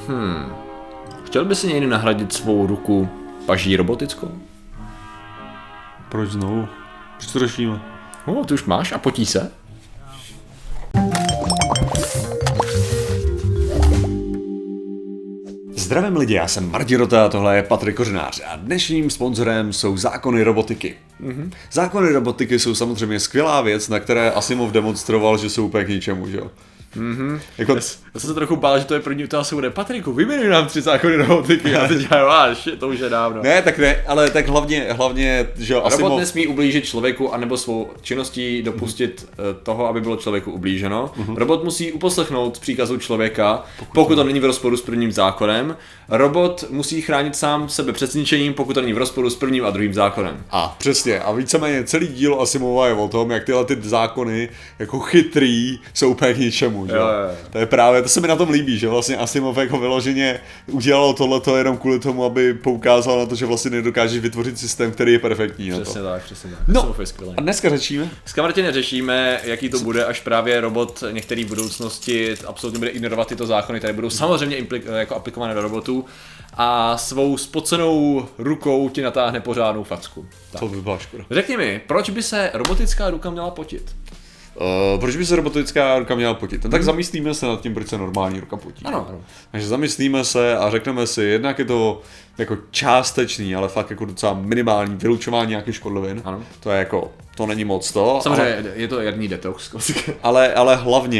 Chtěl by si někdy nahradit svou ruku paží robotickou? Proč znovu? Proč to řešíme? No, ty už máš a potí se? Zdravím lidi, já jsem Martin Rota a tohle je Patrik Kořenář a dnešním sponzorem jsou Zákony robotiky. Zákony robotiky jsou samozřejmě skvělá věc, na které Asimov demonstroval, že jsou úplně k ničemu, že jo? Jako, já jsem se trochu bál, že to je první otázka bude Patriku, vyjmenuj nám 3 zákony robotiky a teď já, to už je dávno. Ne, ale tak hlavně, že jo, Asimov... Robot nesmí ublížit člověku anebo svou činností dopustit toho, aby bylo člověku ublíženo. Robot musí uposlechnout příkazu člověka, pokud to není v rozporu s prvním zákonem. Robot musí chránit sám sebe před zničením, pokud to není v rozporu s prvním a druhým zákonem. A přesně, a víceméně celý díl Asimova je o tom, jak tyhle ty zákony jako chytrý jsou úplně k ničemu. Jo. To je právě, to se mi na tom líbí, že vlastně Asimov jako vyloženě udělal tohleto jenom kvůli tomu, aby poukázal na to, že vlastně nedokážeš vytvořit systém, který je perfektní. Přesně tak, přesně tak. No, a dneska řešíme? Dneska, Martine, řešíme, jaký to bude, až právě robot některý v budoucnosti absolutně bude ignorovat tyto zákony, které budou samozřejmě jako aplikované do robotů a svou spocenou rukou ti natáhne pořádnou facku. Tak. To by byla škoda. Řekni mi, proč by se robotická ruka měla potit? Proč by se robotická ruka měla potit? Tak zamyslíme se nad tím, proč se normální ruka potí. Ano. Takže zamyslíme se a řekneme si, jednak je to jako částečný, ale fakt jako docela minimální vylučování nějakých škodlivin. Ano. To je jako, to není moc to. Samozřejmě ale, je to jarní detox. ale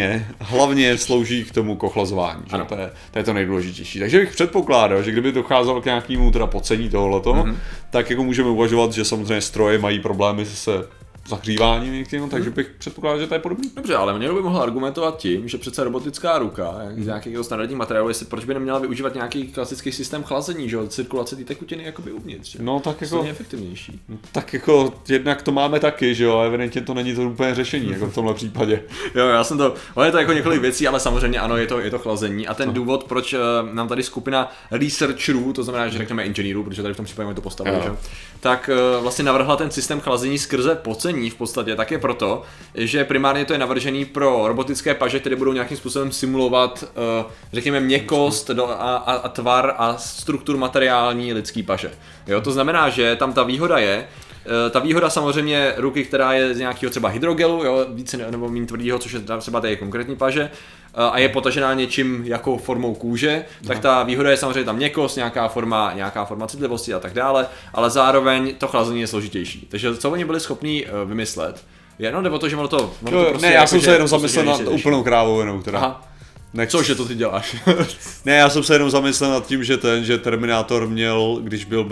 hlavně slouží k tomu k ochlazování. Že? To je to nejdůležitější. Takže bych předpokládal, že kdyby docházelo k nějakému teda pocení tohleto, tak jako můžeme uvažovat, že samozřejmě stroje mají problémy se zahříváním některým, takže bych předpokládal, že to je podobný. Dobře, ale někdo by mohl argumentovat tím, že přece robotická ruka, z nějakého standardního materiálu, jestli proč by neměla využívat nějaký klasický systém chlazení, že cirkulace té tekutiny jakoby uvnitř. Že? No tak jako je efektivnější. Tak jako jednak to máme taky, že jo, a evidentně to není to úplně řešení, jako v tomhle případě. Jo, já jsem to, je to jako několik věcí, ale samozřejmě ano, je to chlazení a ten důvod, proč nám tady skupina researcherů, to znamená, že řekneme inženýrů, protože tady v tom případě to postavili, že? Tak vlastně navrhla ten systém chlazení skrze pocení v podstatě, tak je proto, že primárně to je navržený pro robotické paže, které budou nějakým způsobem simulovat, řekněme, měkkost a tvar a strukturu materiální lidský paže. Jo, to znamená, že tam ta výhoda je, ta výhoda samozřejmě ruky, která je z nějakého třeba hydrogelu, jo, více nebo méně tvrdýho, což je třeba té konkrétní paže, a je potažená něčím jako formou kůže, tak ta výhoda je samozřejmě tam měkkost, nějaká forma citlivosti a tak dále, ale zároveň to chlazení je složitější. Takže co oni byli schopní vymyslet, jenom jde o to, že ono to prostě ne, já jsem se jenom zamyslel nad úplnou krávovinou teda. Aha. Cože to ty děláš? Ne, já jsem se jenom zamyslel nad tím, že Terminátor měl, když byl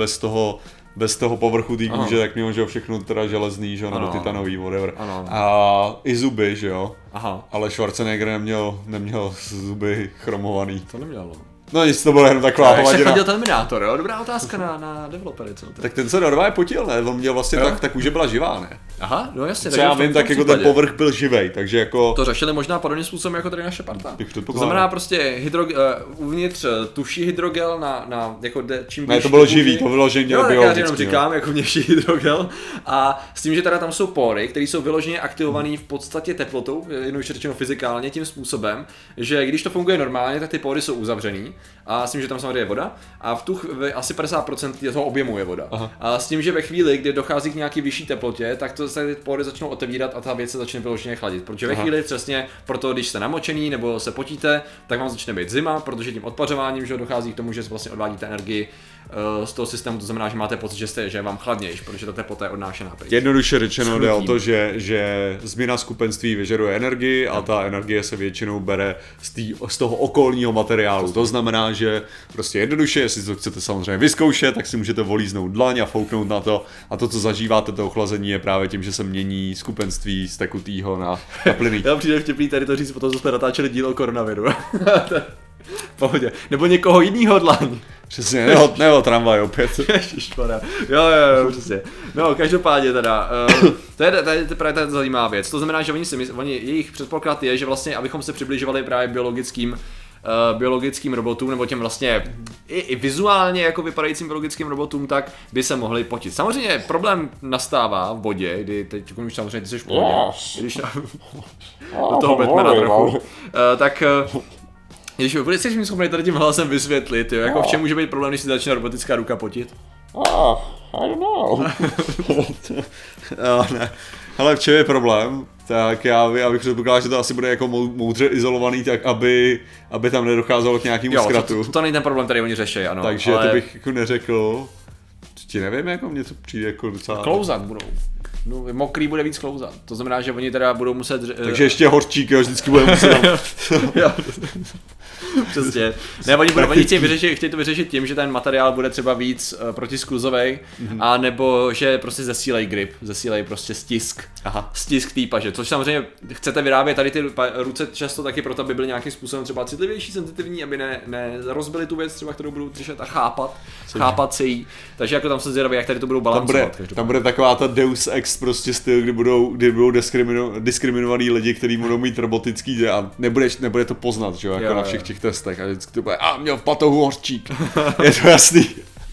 bez toho povrchu té kůže, tak měl, že všechno teda železný, že jo, nebo titanový, whatever. Ano. A i zuby, že jo. Aha. Ale Schwarzenegger neměl zuby chromovaný. To nemělo. No nic, to bylo jenom taková hovadina. Jak se chodil Terminátor, jo? Dobrá otázka na developery, co? Tak ten se normálně potil, ne? On měl vlastně ta kůže byla živá, ne? Aha, no jasně. Co já vím, tak jako ten povrch byl živej, takže jako... To řešili možná podobným způsobem jako tady naše parta. To znamená prostě uvnitř tuší hydrogel na jako čím ne, to bylo živý, to vyloženě biologicky. Já jenom říkám, jako vnější hydrogel a s tím, že teda tam jsou pory, které jsou vyloženě aktivované v podstatě teplotou, jednoduše řečeno fyzikálně tím způsobem, že když to funguje normálně, tak ty pory jsou uzavřený. A s tím, že tam samozřejmě je voda a asi 50% toho objemu je voda. Aha. A s tím, že ve chvíli, kdy dochází k nějaký vyšší teplotě, tak to se ty pory začnou otevírat a ta věc se začne vyloženě chladit. Protože ve chvíli přesně proto, když jste namočený nebo se potíte, tak vám začne být zima, protože tím odpařováním, že dochází k tomu, že vlastně odvádíte energii z toho systému, to znamená, že máte pocit, že je vám chladnější, protože ta teplota je odnášená pryč. Jednoduše řečeno jde o to, že změna skupenství vyžaduje energii a ta energie se většinou bere z toho okolního materiálu. To znamená, že prostě jednoduše, jestli to chcete samozřejmě vyzkoušet, tak si můžete volíznout dlaň a fouknout na to a to, co zažíváte, to ochlazení je právě tím, že se mění skupenství z tekutýho na plynný. Já přijde vtipný tady to říct, potom jsme natáčeli díl o koronaviru. Pohodě. Nebo někoho jinýho dlaň. Přesně, nebo tramvaj opět. Ježišmarja. Jo, přesně. No, každopádně teda, to je právě zajímavá věc. To znamená, že jejich předpoklad je, že vlastně, abychom se přibližovali právě biologickým robotům, nebo těm vlastně i vizuálně jako vypadajícím biologickým robotům, tak by se mohli potit. Samozřejmě problém nastává v bodě, kdy teď už samozřejmě ty jsi v pohodě, když do toho Batmana trochu, tak Když jsi mi schopný tady tím hlasem vysvětlit, jo, jako v čem může být problém, když si začne robotická ruka potit? I don't know. Ne. Hele, v čem je problém? Tak já bych předpokládal, že to asi bude jako moudře izolovaný, tak aby tam nedocházelo k nějakému zkratu. To není ten problém, který oni řeší, ano. Takže ale... to bych jako neřekl. Ti nevím, jako mě to přijde jako docela... Klouzat budou. No, mokrý bude víc klouzat. To znamená, že oni teda budou muset... Takže ještě hořčík, jo, vždycky bude muset... Přesně. Ne, oni chtějí to vyřešit tím, že ten materiál bude třeba víc protiskluzovej, a nebo že prostě zesílej grip, zesílej prostě stisk. Stisk té paže, což samozřejmě chcete vyrábět tady ty ruce často taky proto, aby byly nějakým způsobem třeba citlivější, senzitivní, aby nerozbili tu věc třeba, kterou budou držet a chápat si ji. Takže jako tam se zvědaví, jak tady to budou balancovat. Tam bude taková ta Deus Ex prostě styl, kdy budou diskriminovaný lidi, kteří budou mít robotický a nebude to poznat, že jo, jako na všech těch testech a vždycky to bude, měl v patohu hořčík, je to jasný.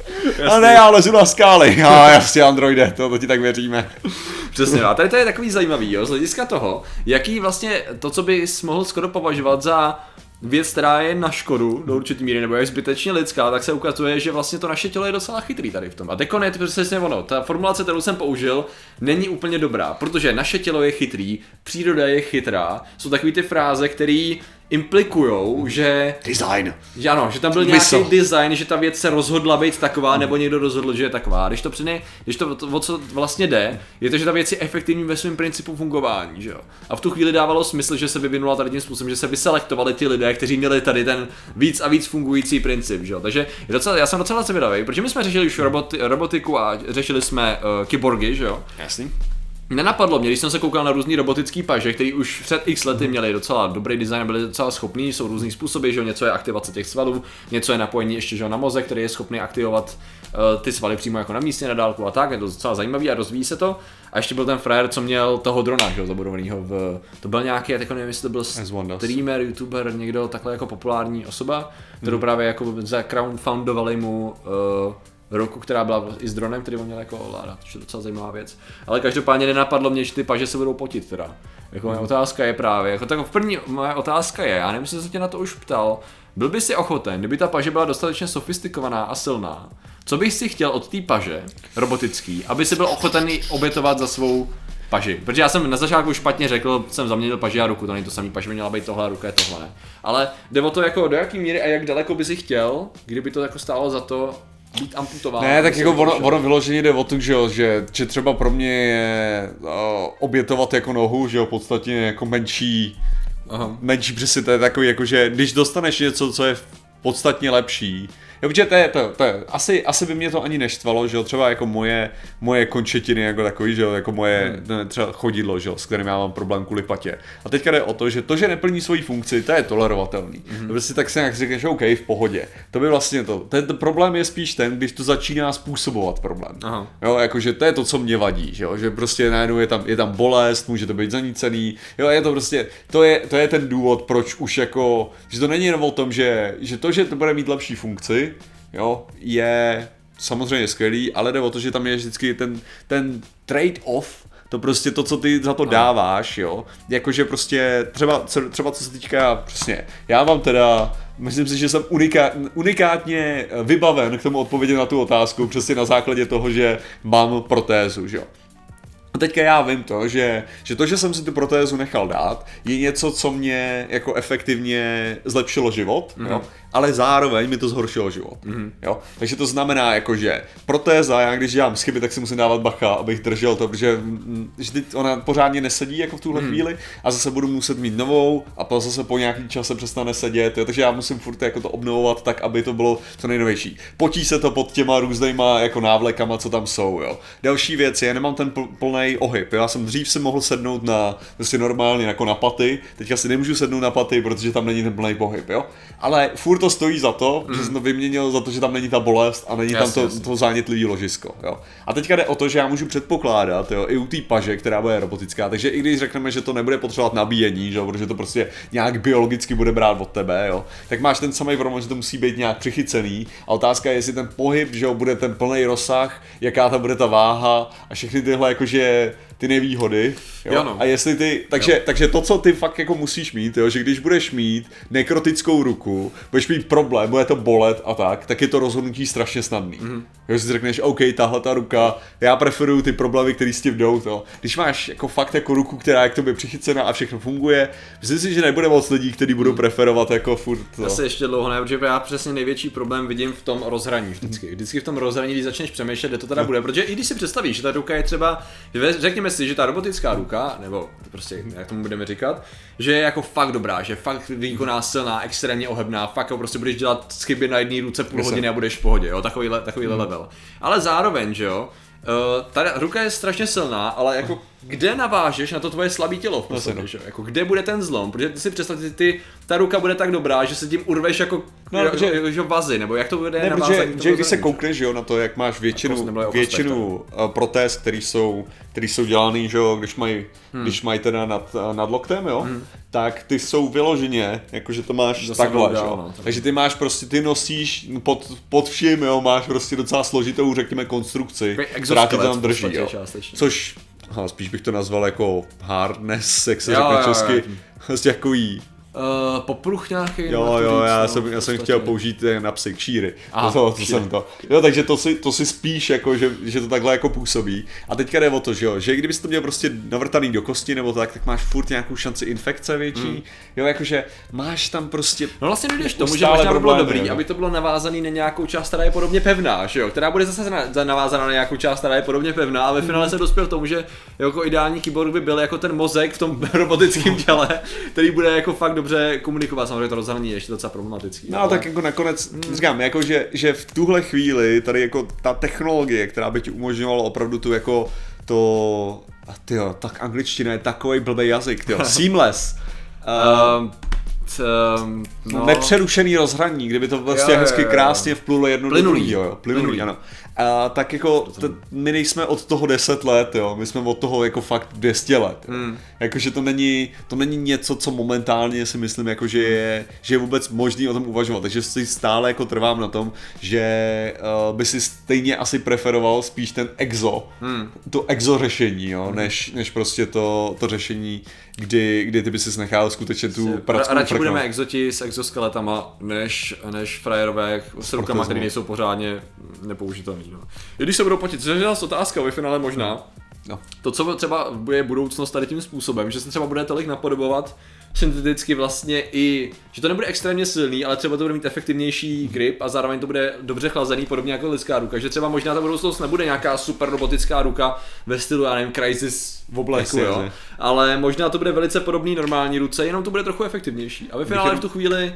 A ne, já lezu na skály, jasně Androide, to ti tak věříme. Přesně, a tady to je takový zajímavý, jo, z hlediska toho, jaký vlastně to, co bys mohl skoro považovat za věc, která je na škodu do určitý míry, nebo je zbytečně lidská, tak se ukazuje, že vlastně to naše tělo je docela chytrý tady v tom. A teďko je to přesně ono, ta formulace, kterou jsem použil, není úplně dobrá, protože naše tělo je chytrý, příroda je chytrá, jsou takový ty fráze, které implikujou, že... Design. Že ano, že tam byl nějaký design, že ta věc se rozhodla být taková, nebo někdo rozhodl, že je taková. Když to o co vlastně jde, je to, že ta věc je efektivní ve svém principu fungování, že jo. A v tu chvíli dávalo smysl, že se vyvinula tady tím způsobem, že se vyselektovali ty lidé, kteří měli tady ten víc a víc fungující princip, že jo. Takže já jsem docela zvědavý, protože my jsme řešili už robotiku a řešili jsme kyborgy, že jo. Jasný. Nenapadlo mě, když jsem se koukal na různý robotický paže, který už před x lety měli docela dobrý design, byli docela schopní, jsou různý způsoby, že jo, něco je aktivace těch svalů, něco je napojení ještě že jo, na mozek, který je schopný aktivovat ty svaly přímo jako na místě, na dálku a tak, je to docela zajímavý a rozvíjí se to. A ještě byl ten frajer, co měl toho drona, že jo, zabudovanýho to byl nějaký, já nevím, jestli to byl streamer, youtuber, někdo takhle jako populární osoba, kterou právě jako crowdfundovali mu roku, která byla i s dronem, který on měl jako ovládat, což je docela zajímavá věc. Ale každopádně nenapadlo mě, že ty paže se budou potit teda. Jako moje otázka je právě, jako tak moje otázka je, já nevím, jestli se tě na to už ptal, byl by si ochoten, kdyby ta paže byla dostatečně sofistikovaná a silná, co bych si chtěl od té paže robotický, aby si byl ochoten obětovat za svou paži. Protože já jsem na začátku špatně řekl, jsem zaměnil paži a ruku, to není to samý, paži by měla být tohle a ruka je tohle, ne. Ale jde o to jako do jaký míry a jak daleko by si chtěl, kdyby to jako stálo za to být amputován. Ne, tak jako ono vyloženě jde o to, že třeba pro mě je obětovat jako nohu, že jo, podstatně jako menší přesně, to je takový jako, že když dostaneš něco, co je podstatně lepší, jo, protože asi by mě to ani neštvalo, že jo, třeba jako moje končetiny jako takový, že jo, jako moje třeba chodidlo, že jo, s kterým já mám problém kvůli patě. A teďka jde o to, že neplní svoji funkci, to je tolerovatelný. Prostě tak si nějak říkáš, OK, v pohodě. To by vlastně ten problém je spíš ten, když to začíná způsobovat problém. Aha. Jo, jakože to je to, co mě vadí, že jo, že prostě najednou je tam bolest, může to být zanícený. Jo, je to prostě to je ten důvod, proč už jako, že to není jenom o tom, že to bude mít lepší funkci, jo, je samozřejmě skvělý, ale jde o to, že tam je vždycky ten trade-off, to prostě to, co ty za to dáváš, jo, jakože prostě třeba co se týká, přesně, já mám teda, myslím si, že jsem unikátně vybaven k tomu odpovědět na tu otázku, přesně na základě toho, že mám protézu, že jo. A teďka já vím to, že jsem si tu protézu nechal dát, je něco, co mě jako efektivně zlepšilo život, jo? Ale zároveň mi to zhoršilo život. Jo? Takže to znamená, jako, že protéza, já když dělám chyby, tak si musím dávat bacha, abych držel to, protože ona pořádně nesedí jako v tuhle chvíli a zase budu muset mít novou a zase po nějaký čase přestane sedět, jo? Takže já musím furt jako to obnovovat tak, aby to bylo co nejnovější. Potí se to pod těma různýma jako návlekama, co tam jsou. Jo? Další věc je, nemám ten plný ohyb. Já jsem dřív si mohl sednout na prostě normálně jako na paty, teďka si nemůžu sednout na paty, protože tam není ten plný pohyb, jo? Ale furt to stojí za to, že jsem to vyměnil za to, že tam není ta bolest a není tam to zánětlivý ložisko, jo. A teďka jde o to, že já můžu předpokládat, jo, i u té paže, která bude robotická, takže i když řekneme, že to nebude potřebovat nabíjení, že jo, protože to prostě nějak biologicky bude brát od tebe, jo, tak máš ten samý problém, že to musí být nějak přichycený a otázka je, jestli ten pohyb, že jo, bude ten plný rozsah, jaká tam bude ta váha a všechny tyhle jakože ty nevýhody, jo? No. A jestli ty, takže to, co ty fakt jako musíš mít, jo, že když budeš mít nekrotickou ruku, budeš mít problém, bude to bolet a tak je to rozhodnutí strašně snadný. Jo, si řekneš, OK, tahle ta ruka, já preferuju ty problémy, které s tím jdou, to. Když máš jako fakt jako ruku, která je k tobě přichycená a všechno funguje, myslím si, že nebude moc lidí, kteří budou preferovat jako furt to. Asi ještě dlouho ne, protože já přesně největší problém vidím v tom rozhraní vždycky. Vždycky v tom rozhraní, když začneš přemýšlet, kde to teda bude, protože i když si představíš, že ta ruka je třeba, řekněme si, že ta robotická ruka, nebo prostě jak tomu budeme říkat, že je jako fakt dobrá, že fakt výkonná, silná, extrémně ohebná, fakt jako prostě budeš dělat chyby na jedné ruce půl hodiny a budeš v pohodě, jo, takovýhle level. Ale zároveň, že jo, ta ruka je strašně silná, ale jako kde navážeš na to tvoje slabé tělo v podstatě, že? Jako kde bude ten zlom, protože ty si představ, ta ruka bude tak dobrá, že se tím urveš jako vazy, nebo jak to bude navázat. Že když se koukneš, že jo, na to, jak máš většinu protéz, který jsou dělaný, že jo, když mají teda nad loktem, jo, tak ty jsou vyloženě, jakože to máš takhle, že jo. Takže ty máš prostě, ty nosíš pod vším, jo, máš prostě docela složitou, řekněme, konstrukci, která ti tam drží, jo. Což spíš bych to nazval jako hardness, jak se řekne česky, prostě takový popruch nějaký. Jo, já jsem chtěl použít na psy kšíry. Jo, takže to si spíš jako, že to takhle jako působí. A teďka jde o to, že kdybys to měl prostě navrtaný do kosti nebo tak máš furt nějakou šanci infekce větší. Jo, jakože máš tam prostě. No vlastně jdeš tomu, že možná by bylo dobrý, aby to bylo navázané na nějakou část, která je podobně pevná, že jo, která bude zase navázaná na nějakou část, která je podobně pevná, a ve finále se dospěl k tomu, že jako ideální kyborg by byl jako ten mozek v tom robotickém těle, který bude jako fakt dobře komunikovat, samozřejmě to rozhraní je ještě docela problematický. No tak jako nakonec říkám, jako že v tuhle chvíli tady jako ta technologie, která by ti umožňovala opravdu tu jako to, tak angličtina je takovej blbej jazyk, seamless. Nepřerušený rozhraní, kdyby to vlastně hezky krásně vplulo jedno do druhého. Plynulý, ano. Tak jako my nejsme od toho 10 let, jo, my jsme od toho jako fakt 200 let. Jakože to není něco, co momentálně si myslím, jako, že je vůbec možný o tom uvažovat, takže si stále jako trvám na tom, že by si stejně asi preferoval spíš ten to exo řešení, jo, než prostě to řešení, kdy ty by si nechal skutečně tu pracku. Radši budeme exoti s exoskeletama, než frajerové s rukama, které nejsou pořádně nepoužitelný. No. I když se budou potit, což je zase otázka, ve finále možná. No. To, co třeba bude budoucnost tady tím způsobem, že se třeba bude tolik napodobovat synteticky vlastně i, že to nebude extrémně silný, ale třeba to bude mít efektivnější grip a zároveň to bude dobře chlazený, podobně jako lidská ruka, že třeba možná ta budoucnost nebude nějaká super robotická ruka ve stylu, já nevím, Crysis v obleku, jo, ale možná to bude velice podobný normální ruce, jenom to bude trochu efektivnější a ve finále v tu chvíli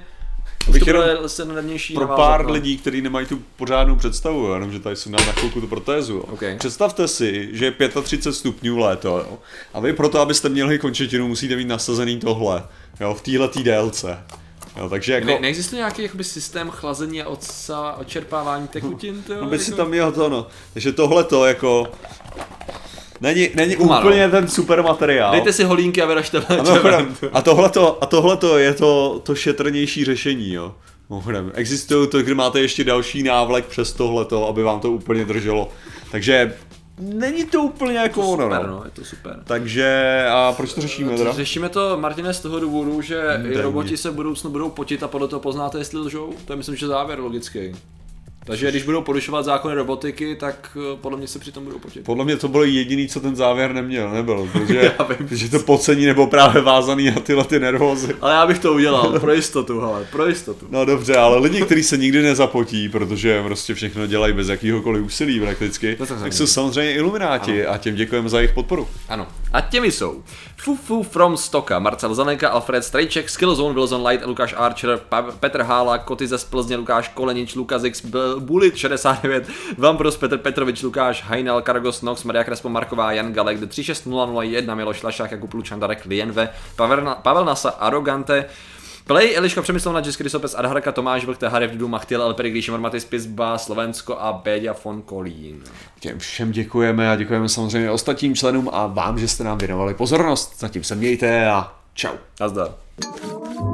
pro pár lidí, kteří nemají tu pořádnou představu, jenom že tady jsou nám na chvilku tu protézu. Jo. Okay. Představte si, že je 35 stupňů léto, jo, a vy proto, abyste měli končetinu, musíte mít nasazený tohle, jo, v téhletý délce. Jo, takže jako... Neexistuje nějaký jakoby systém chlazení a odčerpávání tekutin? No by si tam měl to, no. Takže tohleto jako... Není úplně ten super materiál. Dejte si holínky a vyražte. A tohleto je to šetrnější řešení, jo. Existují to, kde máte ještě další návlek přes tohleto, aby vám to úplně drželo. Takže není to úplně jako ono. No, je to super. Takže a proč to řešíme teda? Řešíme to, Martine, z toho důvodu, že i roboti se v budoucnu budou potit a podle toho poznáte, jestli lžou. To je myslím, že závěr logický. Takže když budou porušovat zákony robotiky, tak podle mě se přitom budou potit. Podle mě to bylo jediný, co ten závěr nebyl, protože to pocení nebo právě vázaný na tyhle ty nervózy. Ale já bych to udělal, pro jistotu. No dobře, ale lidi, kteří se nikdy nezapotí, protože prostě všechno dělají bez jakýhokoliv úsilí prakticky, tak jsou samozřejmě ilumináti a těm děkujeme za jejich podporu. Ano. A těmi jsou Fufu from Stoka, Marcel Zanenka, Alfred Strejček, Skillzone, Wilson Light, Lukáš Archer, Petr Hála, Koty ze Plzně, Lukáš Kolenič, Lukas X, Bulit 69, Vampros, Petr Petrovič, Lukáš Hajnal, Kargos Nox, Maria Krespo, Marková, Jan Galek, 36001, Miloš Lašák, Jakub Lučan, Darek Lienve, Pavel Nasa, Arogante, Play, Eliška Přemyslovna, Český Rysopes, Adharka, Tomáš Vlk, Harev, Dudu, Machtiel, Elpery, Gríši, Mormatis, Pizba, Slovensko a Béďa von Kolín. Těm všem děkujeme a děkujeme samozřejmě ostatním členům a vám, že jste nám věnovali pozornost. Zatím se mějte a čau. Nazdar.